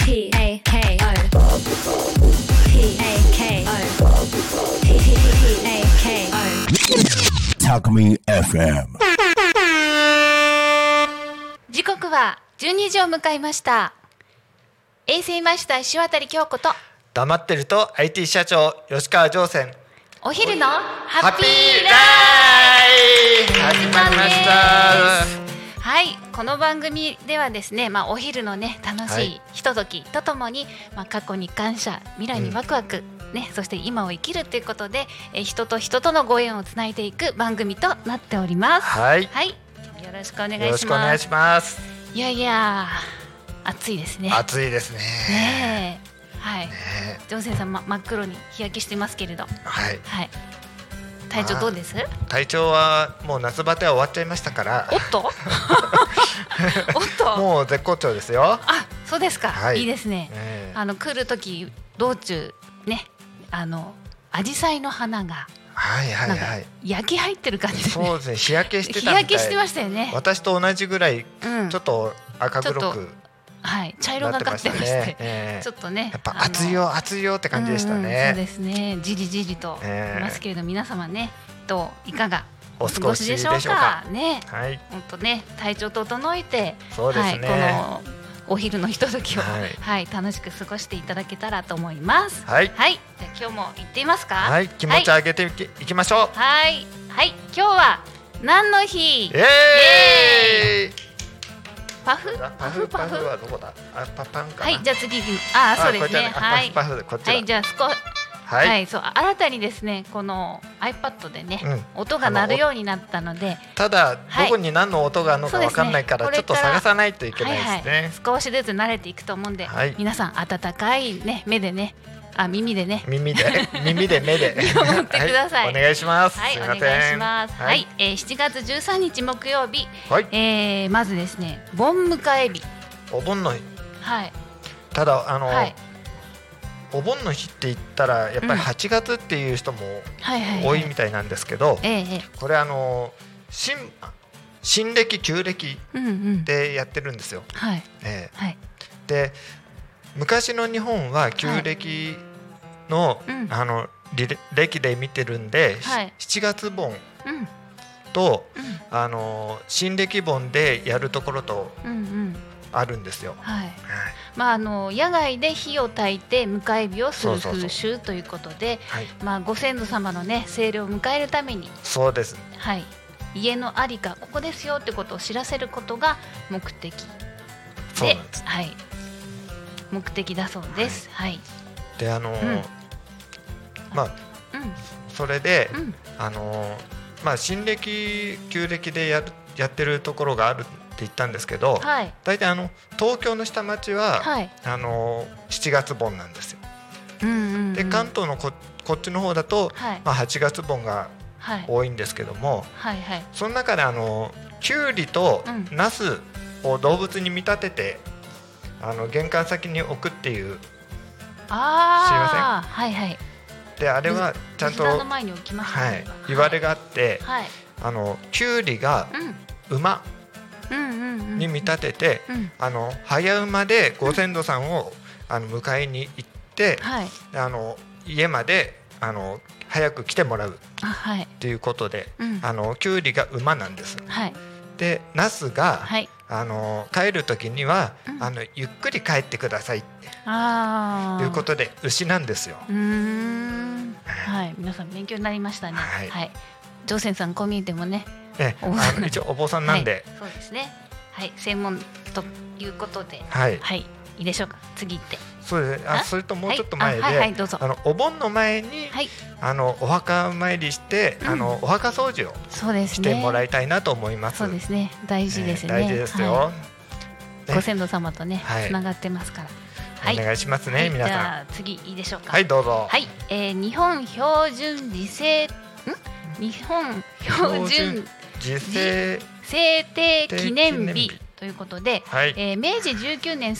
タクミ FM。 時刻は12時を迎えました。衛星マスター石渡京子と黙ってると IT 社長吉川上泉、 お昼のハッピーライフ始まりました。 はい、この番組ではですね、お昼のね楽しいひとときとともに、過去に感謝、未来にワクワク、そして今を生きるということで、人と人とのご縁をつないでいく番組となっております。 はい、 よろしくお願いします。 よろしくお願いします。 いやいや暑いですね。 暑いですね。 はい、ジョンセンさん、真っ黒に日焼けしてますけれど、 はい、 体調どうです？ 体調はもう夏バテは終わっちゃいましたから。 おっとおっともう絶好調ですよ。 あ、そうですか、いいですね。来る時道中ね、アジサイの花が焼き入ってる感じですね。 そうですね、日焼けしてたみたい。 日焼けしてましたよね。 私と同じぐらい、ちょっと赤黒く、 茶色がかってまして、ちょっとね、 やっぱ暑いよ暑いよって感じでしたね。 そうですね、じりじりといますけれど、皆様ね、いかがお過ごしでしょうかね。本当ね、体調整えて、 そうですね、 このお昼のひとときを、楽しく過ごしていただけたらと思います。じゃあ今日も行ってみますか。 気持ち上げていきましょう。 今日は何の日？イエーイ。パフはどこだ？パパンかな。 じゃあ次、そうですね。じゃあそう新たにですね、この iPad でね、音が鳴るようになったので、 ただどこに何の音があるのか分かんないから、ちょっと探さないといけないですね。 少しずつ慣れていくと思うんで、皆さん温かいね目でね、耳でね、 耳で目で思ってください。 お願いします。 お願いします。7月13日木曜日、まずですね、盆迎え日。 お盆の日。ただお盆の日って言ったらやっぱり8月っていう人も多いみたいなんですけど、これ新暦旧暦でやってるんですよ。で、昔の日本は旧暦の暦で見てるんで、7月盆と新暦盆でやるところとあるんですよ。野外で火を焚いて迎え火をする風習ということで、ご先祖様のね生霊を迎えるために、 そうです、 家のありかここですよってことを知らせることが目的で、目的だそうです。 でそれで新暦旧暦でやってるところがあるって言ったんですけど、大体東京の下町は7月盆なんですよ。で、関東のこっちの方だと8月盆が多いんですけども、その中でキュウリとナスを動物に見立てて玄関先に置くっていう、知りません？で、あれはちゃんと言われがあって、キュウリが馬に見立てて、早馬でご先祖さんを迎えに行って、家まで早く来てもらうっていうことで、キュウリが馬なんです。で、ナスが帰る時にはゆっくり帰ってくださいっていうことで牛なんですよ。 皆さん勉強になりましたね。ジョーセンさんこう見えてもね、 一応お坊さんなんで、 そうですね。専門ということで、いいでしょうか。次行って。 そうですね。それともうちょっと前で、お盆の前にお墓参りして、お墓掃除をしてもらいたいなと思います。 そうですね。大事ですね。 大事ですよ。 ご先祖様とねつながってますから。 お願いしますね、皆さん。 じゃあ次いいでしょうか。 どうぞ。 日本標準時制定記念日ということで、明治19年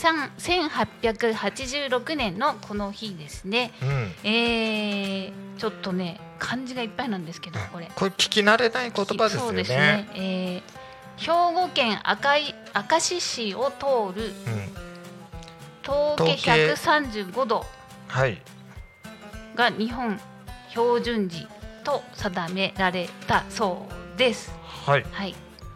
1886年のこの日ですね。ちょっとね漢字がいっぱいなんですけど、これ聞き慣れない言葉ですよね。そうですね。兵庫県明石市を通る峠135度が日本標準時と定められたそうです。 はい、 はい。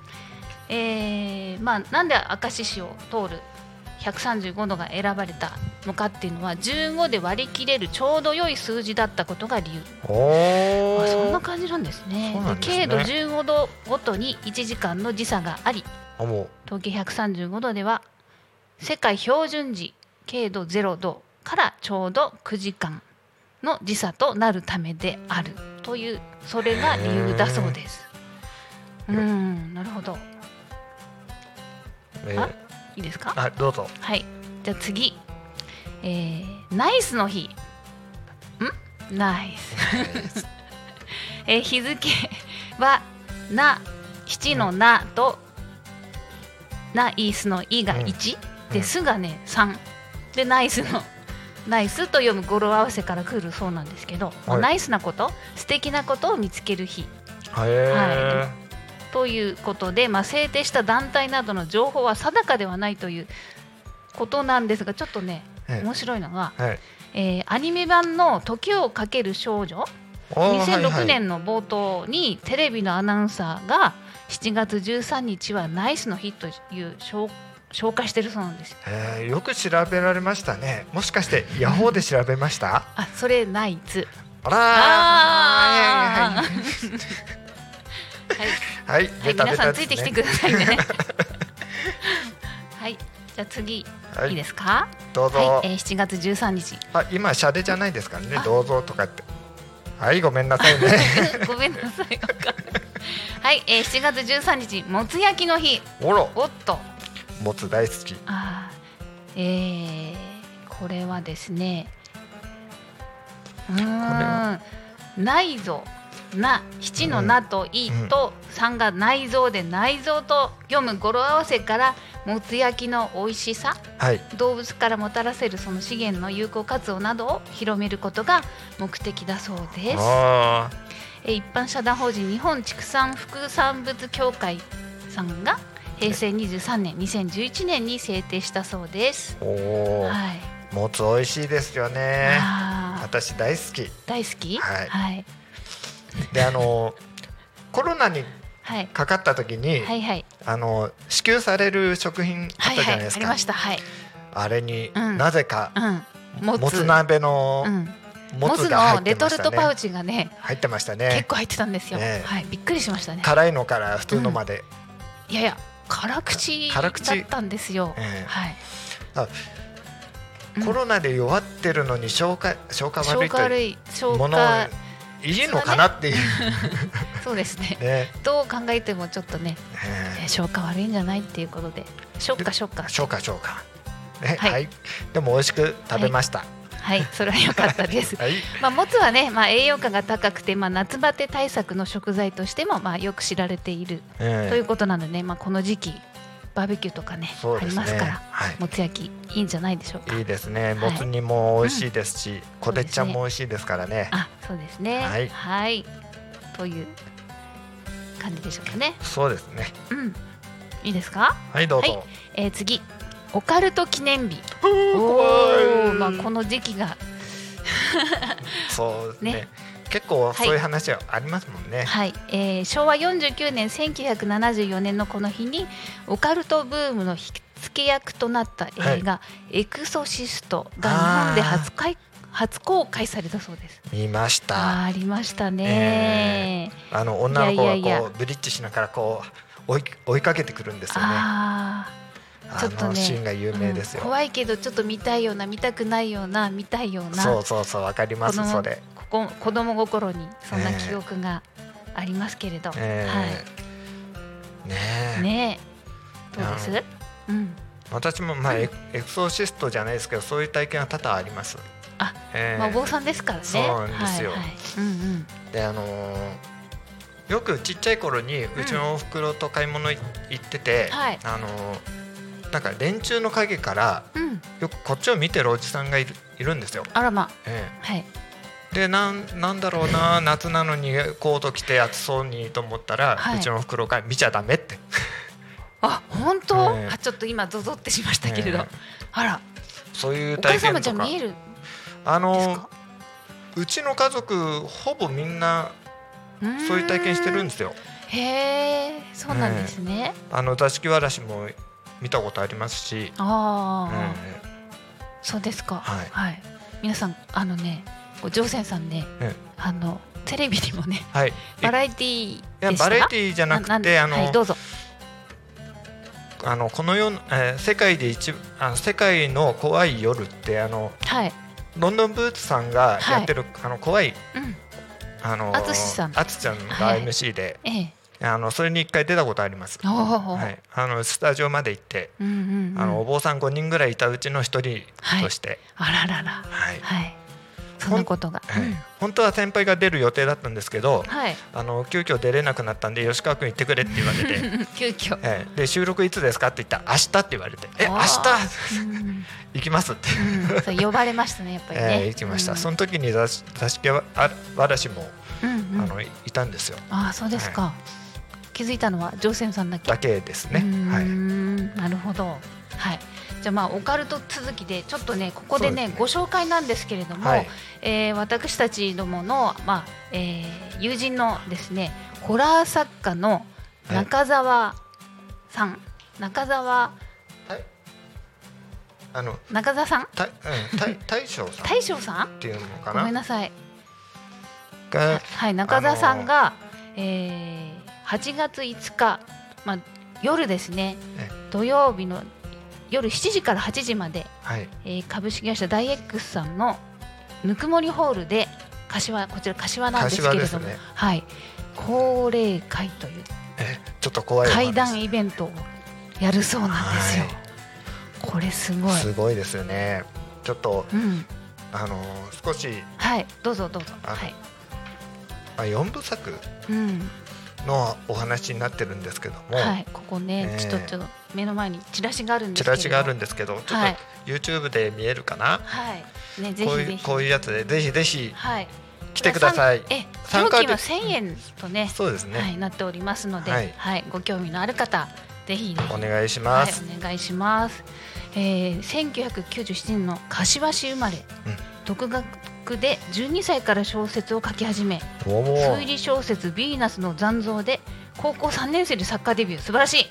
なんで明石市を通る135度が選ばれたのかっていうのは15で割り切れるちょうど良い数字だったことが理由。そんな感じなんですね。経度15度ごとに1時間の時差があり、峠135度では世界標準時経度0度からちょうど9時間の時差となるためであるという、それが理由だそうです。なるほど。いいですか？ どうぞ。 はい。じゃあ次、ナイスの日。ナイス。日付は7のなとナイスのいが1、ですがね3でナイスのナイスと読む語呂合わせから来るそうなんですけど、ナイスなこと、素敵なことを見つける日。ということで、制定した団体などの情報は定かではないということなんですが、ちょっとね、面白いのが、アニメ版の時をかける少女、2006年の冒頭にテレビのアナウンサーが7月13日はナイスの日という紹介してるそうなんですよ。 よく調べられましたね。もしかしてヤホーで調べました？ それナイツ。はい、皆さんついてきてくださいね。はい、じゃあ次、いいですか？ どうぞ。 7月13日。 今シャレじゃないですからね。どうぞとかって。はい、ごめんなさいね。 ごめんなさい。はい、7月13日、もつ焼きの日。おっと。 もつ大好き。 これはですね。内臓。7のなといと3が内臓で内臓と読む語呂合わせからもつ焼きの美味しさ、動物からもたらせるその資源の有効活用などを広めることが目的だそうです。一般社団法人日本畜産副産物協会さんが平成23年2011年に制定したそうです。 もつ美味しいですよね。私大好き。 大好き？ はい。でコロナにかかった時に、支給される食品あったじゃないですか。 ありました。 あれになぜかもつ鍋のもつが入ってましたね。 レトルトパウチがね入ってましたね。 結構入ってたんですよ。びっくりしましたね。 辛いのから普通のまで。 いや辛口だったんですよ。 コロナで弱ってるのに消化悪いものいいのかなっていう。 そうですね。どう考えてもちょっとね、消化悪いんじゃないっていうことで、消化。はい。 でも美味しく食べました。 はい、それは良かったです。もつはね、栄養価が高くて、夏バテ対策の食材としてもよく知られているということなので、この時期バーベキューとかねありますから、もつ焼きいいんじゃないでしょうか。 いいですね。もつ煮も美味しいですし、こでっちゃんも美味しいですからね。 そうですね。はい。という感じでしょうかね。 そうですね。 いいですか？ はい、どうぞ。 次、オカルト記念日。この時期がそうですね。結構そういう話はありますもんね。 昭和49年1974年のこの日にオカルトブームの火付け役となった映画エクソシストが日本で初公開されたそうです。 見ました。 ありましたね。 女の子がこうブリッジしながらこう追いかけてくるんですよね。 ちょっとね、 シーンが有名ですよ。 怖いけどちょっと見たいような見たくないような見たいような。 そうわかります。それ子供心にそんな記憶がありますけれど、どうです？ 私もエクソシストじゃないですけど、そういう体験は多々あります。 お坊さんですからね。 そうなんですよ。でよくちっちゃい頃にうちのおふくろと買い物行ってて、なんか電柱の陰からよくこっちを見てるおじさんがいるんですよ。 あらま。 でなんだろうな、夏なのにコート着て暑そうにと思ったら、うちのおふくろが見ちゃダメって。 本当？ちょっと今ゾゾってしましたけれど、 そういう体験とか。 お母様じゃ見えるうちの家族ほぼみんなそういう体験してるんですよ。 へえ、そうなんですね。 座敷わらしも見たことありますし。 そうですか。 はいはい、皆さん常泉さんね、テレビにもね、 はい、 バラエティーでした？ バラエティーじゃなくてはい、どうぞ。 この世、世界の怖い夜ってはい、 ロンドンブーツさんがやってる、怖い、 淳さんが MC で、それに一回出たことあります。はい、スタジオまで行って、お坊さん5人ぐらいいたうちの一人として、 あららら、はい、そんなことが、 本当は先輩が出る予定だったんですけど、急遽出れなくなったんで吉川君行ってくれって言われて急遽、 で収録いつですかって言ったら明日って言われて、明日行きますって呼ばれましたね、やっぱりね。 行きました。その時に座敷わらしもいたんですよ。 そうですか。気づいたのは常泉さんだけですね。 なるほど。はい。じゃあオカルト続きでちょっとねここでねご紹介なんですけれども、私たちどもの友人のですねホラー作家の中澤さん、中澤さん、大将さんっていうのかな。 ごめんなさい。はい、中澤さんが8月5日、夜ですね、土曜日の夜7時から8時まで、株式会社ダイエックスさんのぬくもりホールでこちら柏なんですけれども、高齢会というちょっと怖い怪談イベントをやるそうなんですよ。これすごいですよね。ちょっと、少し、 どうぞ 4部作のお話になってるんですけども、 ここね、ちょっと目の前にチラシがあるんですけど、 ちょっと YouTube で見えるかな。こういうやつでぜひぜひ来てください。 料金は1000円とね、 そうですね、 なっておりますので、ご興味のある方ぜひお願いします。 お願いします。1997年の柏市生まれ、独学で12歳から小説を書き始め、推理小説ヴィーナスの残像で高校3年生で作家デビュー。素晴らしい。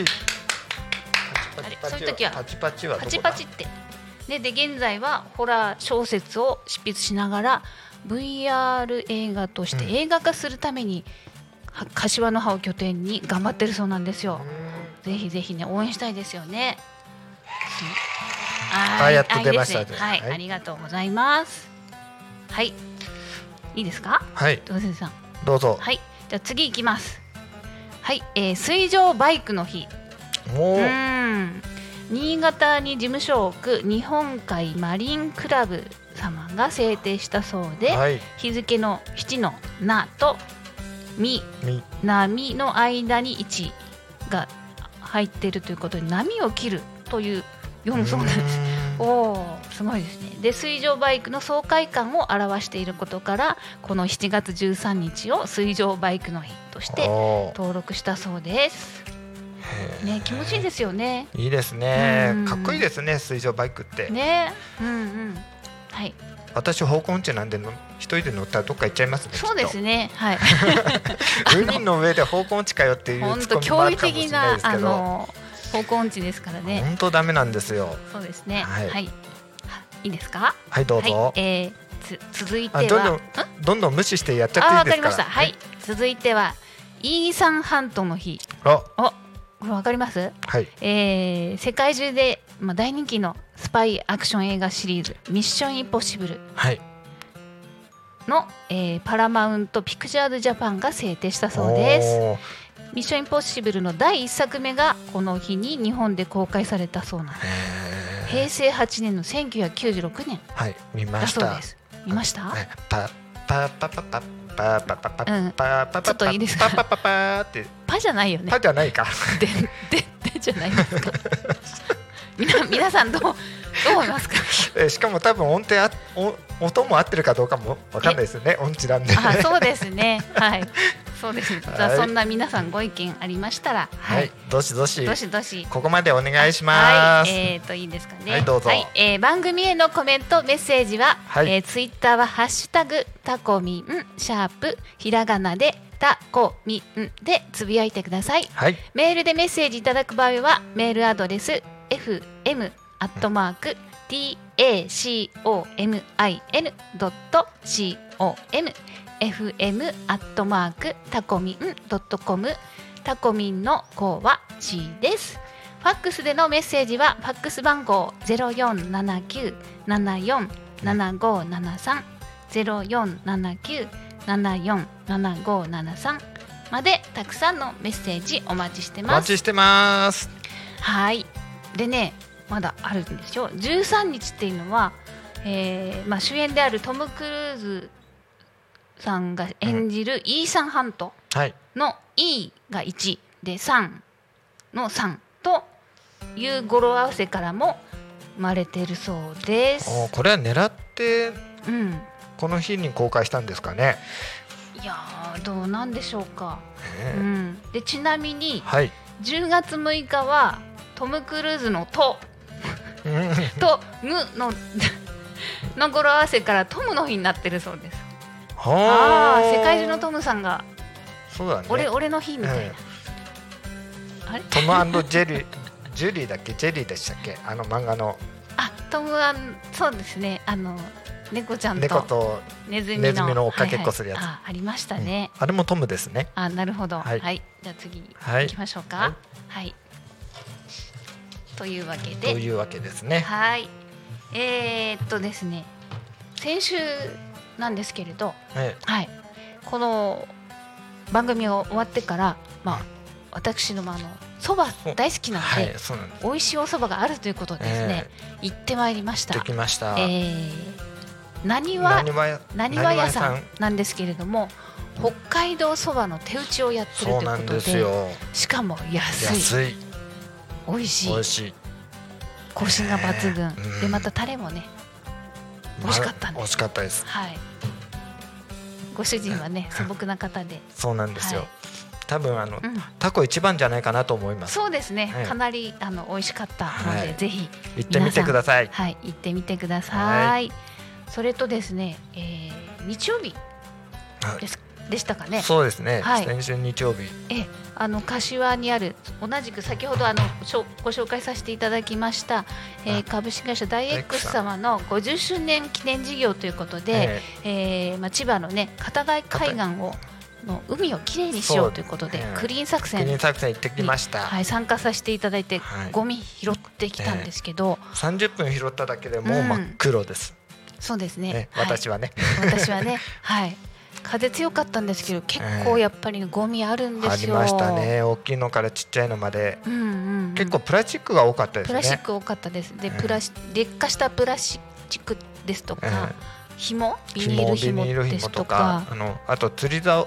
そういう時はパチパチってで現在はホラー小説を執筆しながら VR 映画として映画化するために柏の葉を拠点に頑張ってるそうなんですよ。ぜひぜひね、応援したいですよね。 やっと出ました。 ありがとうございます。はい、いいですか。どうせさん、 どうぞ。 はい、じゃあ次いきます。はい、水上バイクの日。新潟に事務所を置く日本海マリンクラブ様が制定したそうで、日付の7のなとみ波の間に1が入っているということで、波を切るという読むそうなんです。すごいですね。で水上バイクの爽快感を表していることから、この7月13日を水上バイクの日として登録したそうです。気持ちいいですよね。 いいですね。かっこいいですね、水上バイクってね。 はい、 私方向音痴なんで一人で乗ったらどっか行っちゃいますね。 そうですね。はい。 海の上で方向音痴かよっていうツッコミもあるかもしれないですけど、 方向音痴ですからね。 本当ダメなんですよ。 そうですね。はい。いいですか。 はい、どうぞ。 続いてはどんどん無視してやっちゃっていいですか。 わかりました。はい。続いてはイーサンハントの日。これわかります？世界中で大人気のスパイアクション映画シリーズミッションインポッシブルの、パラマウントピクチャーズジャパンが制定したそうです。ミッションインポッシブルの第1作目がこの日に日本で公開されたそうなんです。平成8年の1996年だそうです。見ました？ちょっといいですか。パじゃないよね。 パじゃないか。 でじゃないですか。皆さんどどう思いますか？ しかも多分音も合ってるかどうかも分かんないですよね、音痴なんで。 そうですね、はい、そうですね。じゃあそんな皆さんご意見ありましたら、 はい、どしどしここまでお願いします。 はい、いいですかね。 はい、どうぞ。 はい、番組へのコメントメッセージは、ツイッターはハッシュタグタコミン#ひらがなでタコミンでつぶやいてください。 はい、 メールでメッセージいただく場合はメールアドレス fm@tacomin.com fm@tacomin.com タコミンの項は C です。ファックスでのメッセージはファックス番号 0479747573 0479747573までたくさんのメッセージお待ちしてます。 お待ちしてます。 はい。でね、まだあるんですよ。13日っていうのは、主演であるトム・クルーズさんが演じるイーサン・ハントの E が1で3の3という語呂合わせからも生まれているそうです。 これは狙って、この日に公開したんですかね。 いやどうなんでしょうか。でちなみに、10月6日はトム・クルーズのととムの語呂合わせからトムの日になってるそうです。世界中のトムさんがそうだね、 俺の日みたいな、あれトム&ジェリーだっけ、ジェリーでしたっけ、あの漫画の。 トムそうですね、猫ちゃんとネズミの追っかけっこするやつ、 ありましたね、 あれもトムですね。 なるほど。はい、じゃあ次行きましょうか。はい、というわけですね。 はい、ですね、先週なんですけれど、この番組が終わってから、私のそば大好きなので、美味しいおそばがあるということでですね、行ってまいりました。 行ってきました。 なにわ屋さんなんですけれども、北海道そばの手打ちをやってるということで、しかも安い、美味しい、コシが抜群で、またタレもね美味しかったんです。 美味しかったです。 はい。ご主人はね素朴な方で、 そうなんですよ。多分タコ一番じゃないかなと思います。 そうですね。かなり美味しかったので、ぜひ行ってみてください。 はい、行ってみてください。それとですね、日曜日でしたかね。 そうですね。先週日曜日。 柏にある同じく先ほどご紹介させていただきました、株式会社ダイエックス様の50周年記念事業ということで、千葉のね片貝海岸の海をきれいにしようということで、クリーン作戦行ってきました。 参加させていただいて、ゴミ拾ってきたんですけど、 30分拾っただけでもう真っ黒です。 そうですね。 私はね、 はい。風強かったんですけど、結構やっぱりゴミあるんですよ。 ありましたね。大きいのからちっちゃいのまで、結構プラスチックが多かったですね。 プラスチック多かったです。で、劣化したプラスチックですとか、紐、ビニール紐ですとか、 あと釣りの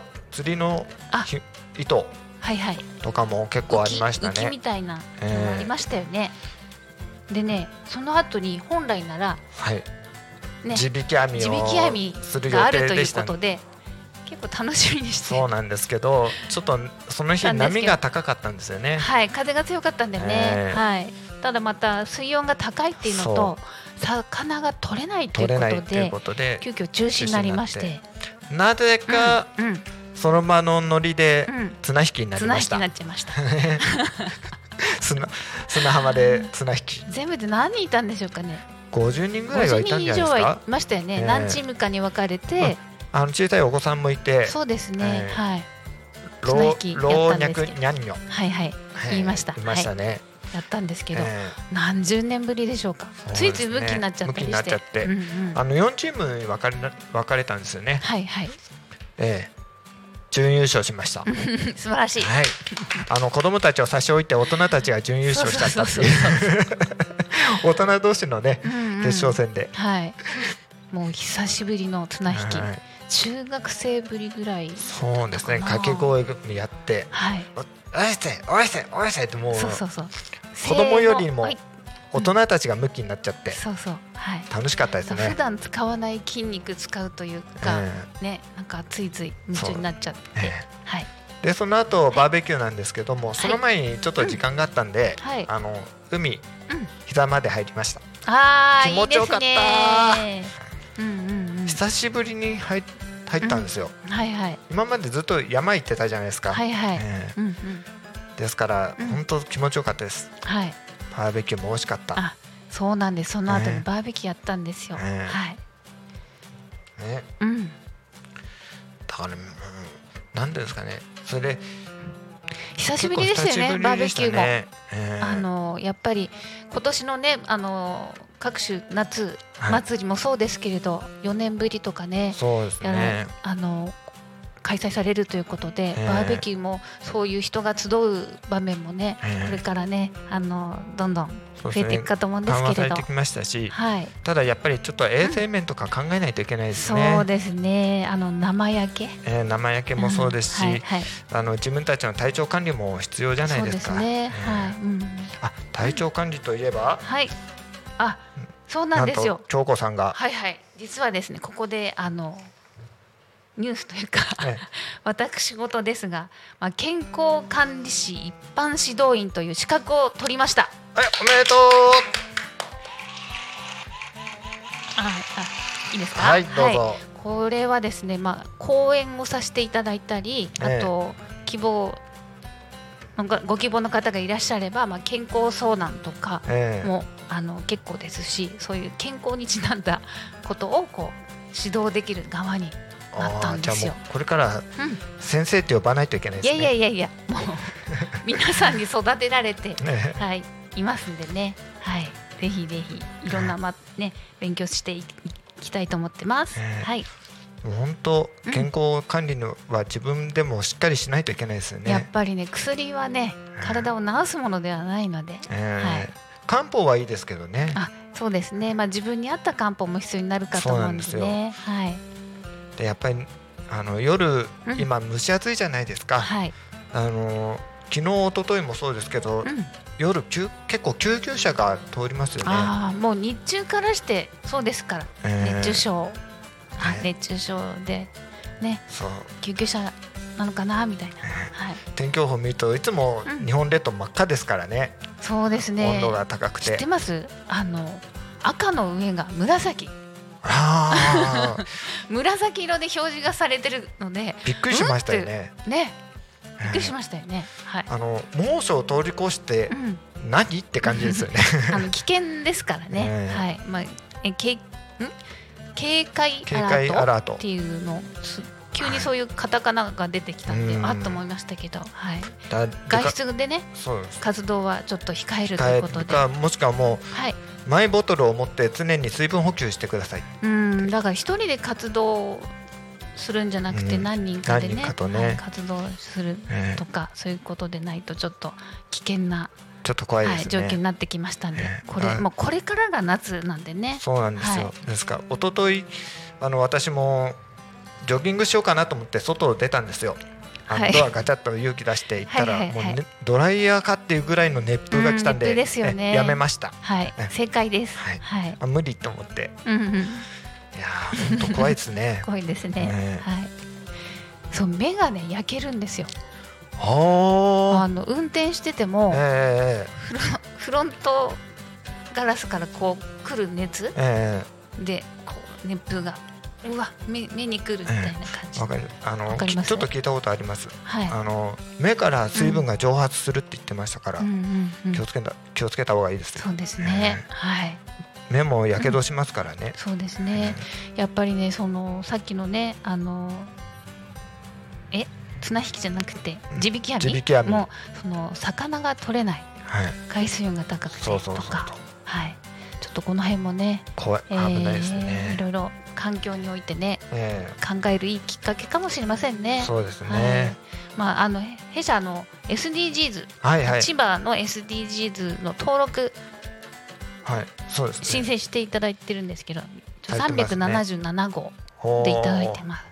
糸とかも結構ありましたね。 浮きみたいなのもありましたよね。でね、その後に本来なら地引き網をする予定でしたので、 結構楽しみにして。 そうなんですけど、ちょっとその日波が高かったんですよね。 はい、風が強かったんでね。はい。ただまた水温が高いっていうのと、魚が取れないということで、急遽中止になりまして、 なぜかその場のノリで綱引きになりました。 綱引きになっちゃいました。 砂浜で綱引き。 全部で何人いたんでしょうかね。 50人ぐらいはいたんじゃないですか。50人以上はいましたよね。何チームかに分かれて、 小さいお子さんもいて、 そうですね。はい。 老若にゃんにょ、 言いました。 いましたね。 やったんですけど、何十年ぶりでしょうか。ついついムキになっちゃったりして、4チームに分かれたんですよね。 はいはい。 準優勝しました。 素晴らしい。 はい。子供たちを差し置いて大人たちが準優勝しちゃったっていう大人同士のね決勝戦で。 はい。もう久しぶりの綱引き。中学生ぶりぐらい。 そうですね。掛け声やって、おやせってもう子供よりも大人たちがムキになっちゃって、 そうそう、はい、 楽しかったですね。 普段使わない筋肉使うというか、ね、なんかついつい夢中になっちゃって、はい。 でその後バーベキューなんですけども、その前にちょっと時間があったんで、海、膝まで入りました。気持ちよかった。久しぶりに入ったんですよ。今までずっと山行ってたじゃないですか。ですから本当気持ちよかったです。バーベキューも美味しかった。 そうなんです。その後にバーベキューやったんですよ。はい。 だからなんですかね。それ久しぶりですよね、バーベキューも。やっぱり今年のね、各種夏祭りもそうですけれど、4年ぶりとかね、開催されるということで、バーベキューもそういう人が集う場面もね、これからね、どんどん増えていくかと思うんですけれど、 緩和されてきましたし、ただやっぱりちょっと衛生面とか考えないといけないですね。 そうですね、生焼け、 生焼けもそうですし、自分たちの体調管理も必要じゃないですか。 そうですね、 体調管理といえば、 そうなんですよ。 京子さんが、 実はですね、ここでニュースというか私事ですが、健康管理士一般指導員という資格を取りました。 おめでとう。 いいですか。 はい、どうぞ。 これはですね、講演をさせていただいたり、あとご希望の方がいらっしゃれば、健康相談とかも、結構ですし、そういう健康にちなんだことを指導できる側になったんですよ。 じゃあもうこれから先生って呼ばないといけないですね。 いやもう皆さんに育てられて、いますんでね、ぜひぜひいろんな勉強していきたいと思ってます。 本当健康管理のは自分でもしっかりしないといけないですよね。 やっぱりね、薬はね、体を治すものではないので、 漢方はいいですけどね。 そうですね、自分に合った漢方も必要になるかと思うんですね。 でやっぱり夜、今蒸し暑いじゃないですか。昨日一昨日もそうですけど、夜結構救急車が通りますよね。 もう日中からしてそうですから、熱中症でね、救急車なのかなみたいな。 天気予報見るといつも日本列島真っ赤ですからね。 そうですね。 温度が高くて。 知ってます？赤の上が紫。紫色で表示がされてるので、 びっくりしましたよね。 びっくりしましたよね。 猛暑を通り越して何って感じですよね。 危険ですからね。警戒アラートっていうの、急にそういうカタカナが出てきたんで、と思いましたけど、外出でね、活動はちょっと控えるということで、 もしくはもうマイボトルを持って常に水分補給してください。 だから一人で活動するんじゃなくて、何人かでね、活動するとか、そういうことでないとちょっと危険な、 ちょっと怖いですね、 状況になってきましたんで、もうこれからが夏なんでね。 そうなんですよ。ですから一昨日私もジョギングしようかなと思って外を出たんですよ。ドアガチャッと勇気出して行ったら、もうドライヤーかっていうぐらいの熱風が来たんで、やめました。 正解です。 無理と思って。いや本当怖いですね。 怖いですね。そう、目がね焼けるんですよ。運転してても、フロントガラスから来る熱で熱風が目にくるみたいな感じ。わかります？ ちょっと聞いたことあります。目から水分が蒸発するって言ってましたから、気をつけた方がいいです。 そうですね。 目もやけどしますからね。 そうですね。やっぱりね、さっきのね、綱引きじゃなくて地引き網も魚が取れない、海水温が高くてとか、ちょっとこの辺もね、 危ないですね。 いろいろ環境においてね、考えるいいきっかけかもしれませんね。 そうですね。 弊社の SDGs、千葉の SDGs の登録、申請していただいてるんですけど、377号でいただいてます。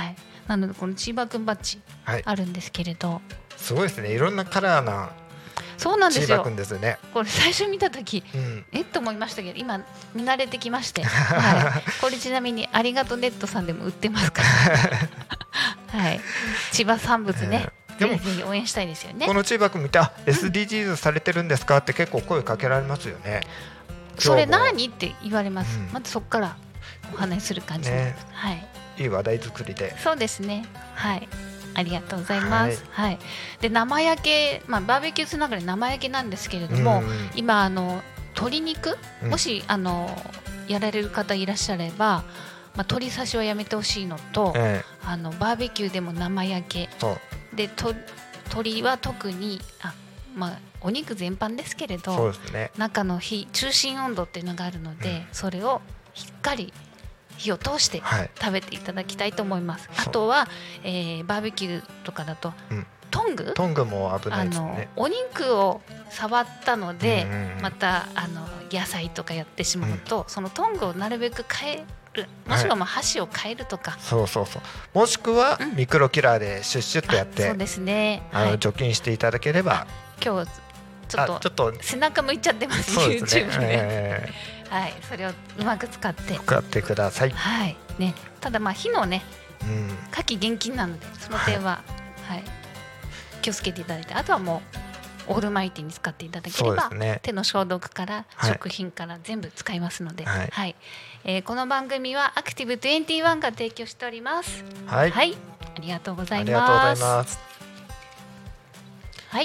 なのでこの千葉くんバッジあるんですけれど、 すごいですね。いろんなカラーなそうなんですよ。 チーバくんですね。 これ最初見た時、と思いましたけど、今見慣れてきまして、はい、これちなみにありがとネットさんでも売ってますからはい、千葉産物ね、ぜひ応援したいですよね。 このチーバくん見て、SDGs されてるんですかって結構声かけられますよね。 それ何って言われます。まずそこからお話しする感じです。はい、 いい話題作りで。 そうですね。はい、ありがとうございます。はい。で、生焼け、バーベキューつながり生焼けなんですけれども、今鶏肉、もしやられる方いらっしゃれば、鶏刺しはやめてほしいのと、バーベキューでも生焼けで、鶏は特にお肉全般ですけれど、 そうですね、 中の中心温度っていうのがあるので、それをしっかり火を通して食べていただきたいと思います。あとは、バーベキューとかだと、トングも危ないですね。お肉を触ったので、また野菜とかやってしまうと、そのトングをなるべく変える、もしくは箸を変えるとか、 もしくはミクロキラーでシュッシュッとやって、 そうですね、 除菌していただければ。 今日ちょっと背中向いちゃってます、YouTube で、はい、それをうまく使ってください。 はいね、ただ火のね、火気厳禁なので、その点は、はい、気をつけていただいて、あとはもうオールマイティに使っていただければ、手の消毒から食品から全部使いますので、はいこの番組はアクティブ21が提供しております。はい、ありがとうございます。はい、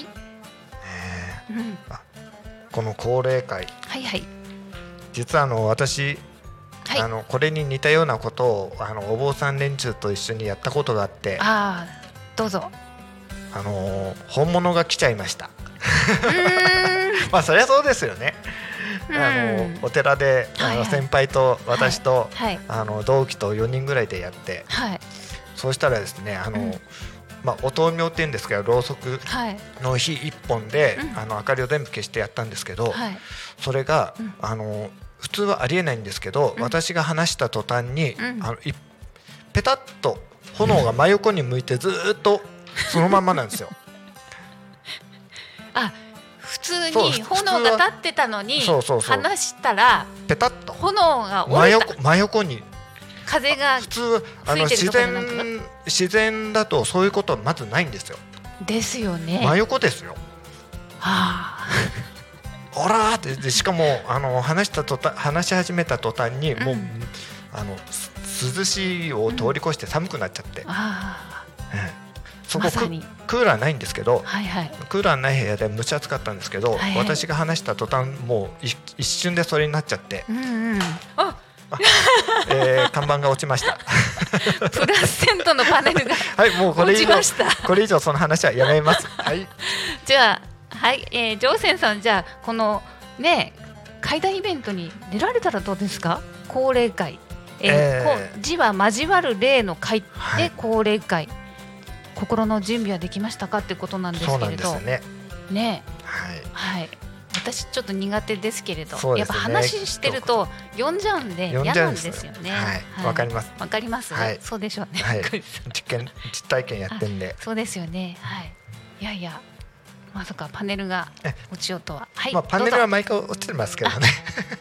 この高齢会、実は私、これに似たようなことをお坊さん連中と一緒にやったことがあって、 どうぞ。 本物が来ちゃいました。そりゃそうですよね。お寺で先輩と私と同期と4人ぐらいでやって、そうしたらですね、お灯明っていうんですけど、ろうそくの火1本で明かりを全部消してやったんですけど、それが普通はありえないんですけど、私が話した途端にペタッと炎が真横に向いてずっとそのままなんですよ。 普通に炎が立ってたのに話したらペタッと炎が折れた。 真横に風が普通自然だとそういうことはまずないんですよ。 ですよね。 真横ですよ。あらーって、しかも話し始めた途端にもう、涼しいを通り越して寒くなっちゃって、そこクーラーないんですけど、クーラーない部屋で蒸し暑かったんですけど、私が話した途端もう一瞬でそれになっちゃって、看板が落ちました。 プラセントのパネルがもうこれ以上その話はやめます。 じゃあ常泉さん、じゃあこのね怪談イベントに出られたらどうですか。高齢会、字は交わる霊の会で高齢会、心の準備はできましたかってことなんですけれど。そうなんですね。私ちょっと苦手ですけれど、やっぱ話してると読んじゃうんで嫌なんですよね。 わかります。 わかります。そうでしょうね。 実体験やってんで。 そうですよね。いやいや、まさかパネルが落ちようとは。 パネルは毎回落ちてますけどね。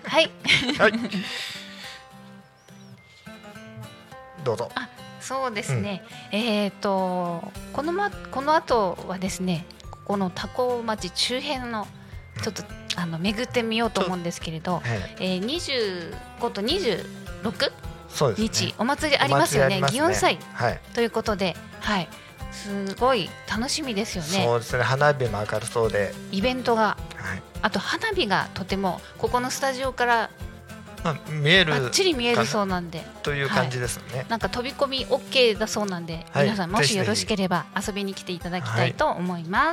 どうぞ。 そうですね。この後はですね、ここの多古町周辺のちょっと巡ってみようと思うんですけれど、25と26日お祭りありますよね。祇園祭ということで、すごい楽しみですよね。 そうですね。花火も明るそうで、 イベントが、あと花火がとてもここのスタジオからバッチリ見えるそうなんで、 という感じですね。 なんか飛び込み OK だそうなんで、皆さんもしよろしければ遊びに来ていただきたいと思います。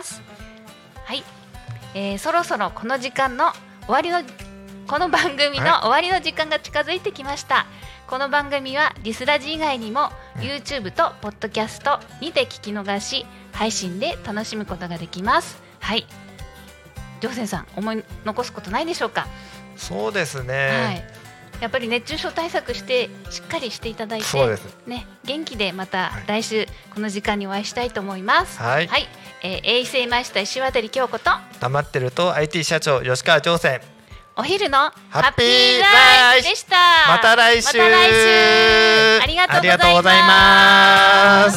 そろそろこの時間のこの番組の終わりの時間が近づいてきました。この番組はリスラジ以外にも YouTube とポッドキャストにて聞き逃し配信で楽しむことができます。常泉さん、思い残すことないでしょうか。 そうですね、 やっぱり熱中症対策してしっかりしていただいて、元気でまた来週この時間にお会いしたいと思います。 衛星マイスター石渡京子と黙ってると IT 社長吉川上泉、 お昼のハッピーライフでした。 また来週、 ありがとうございます。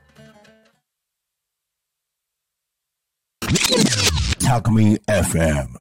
Talk Me FM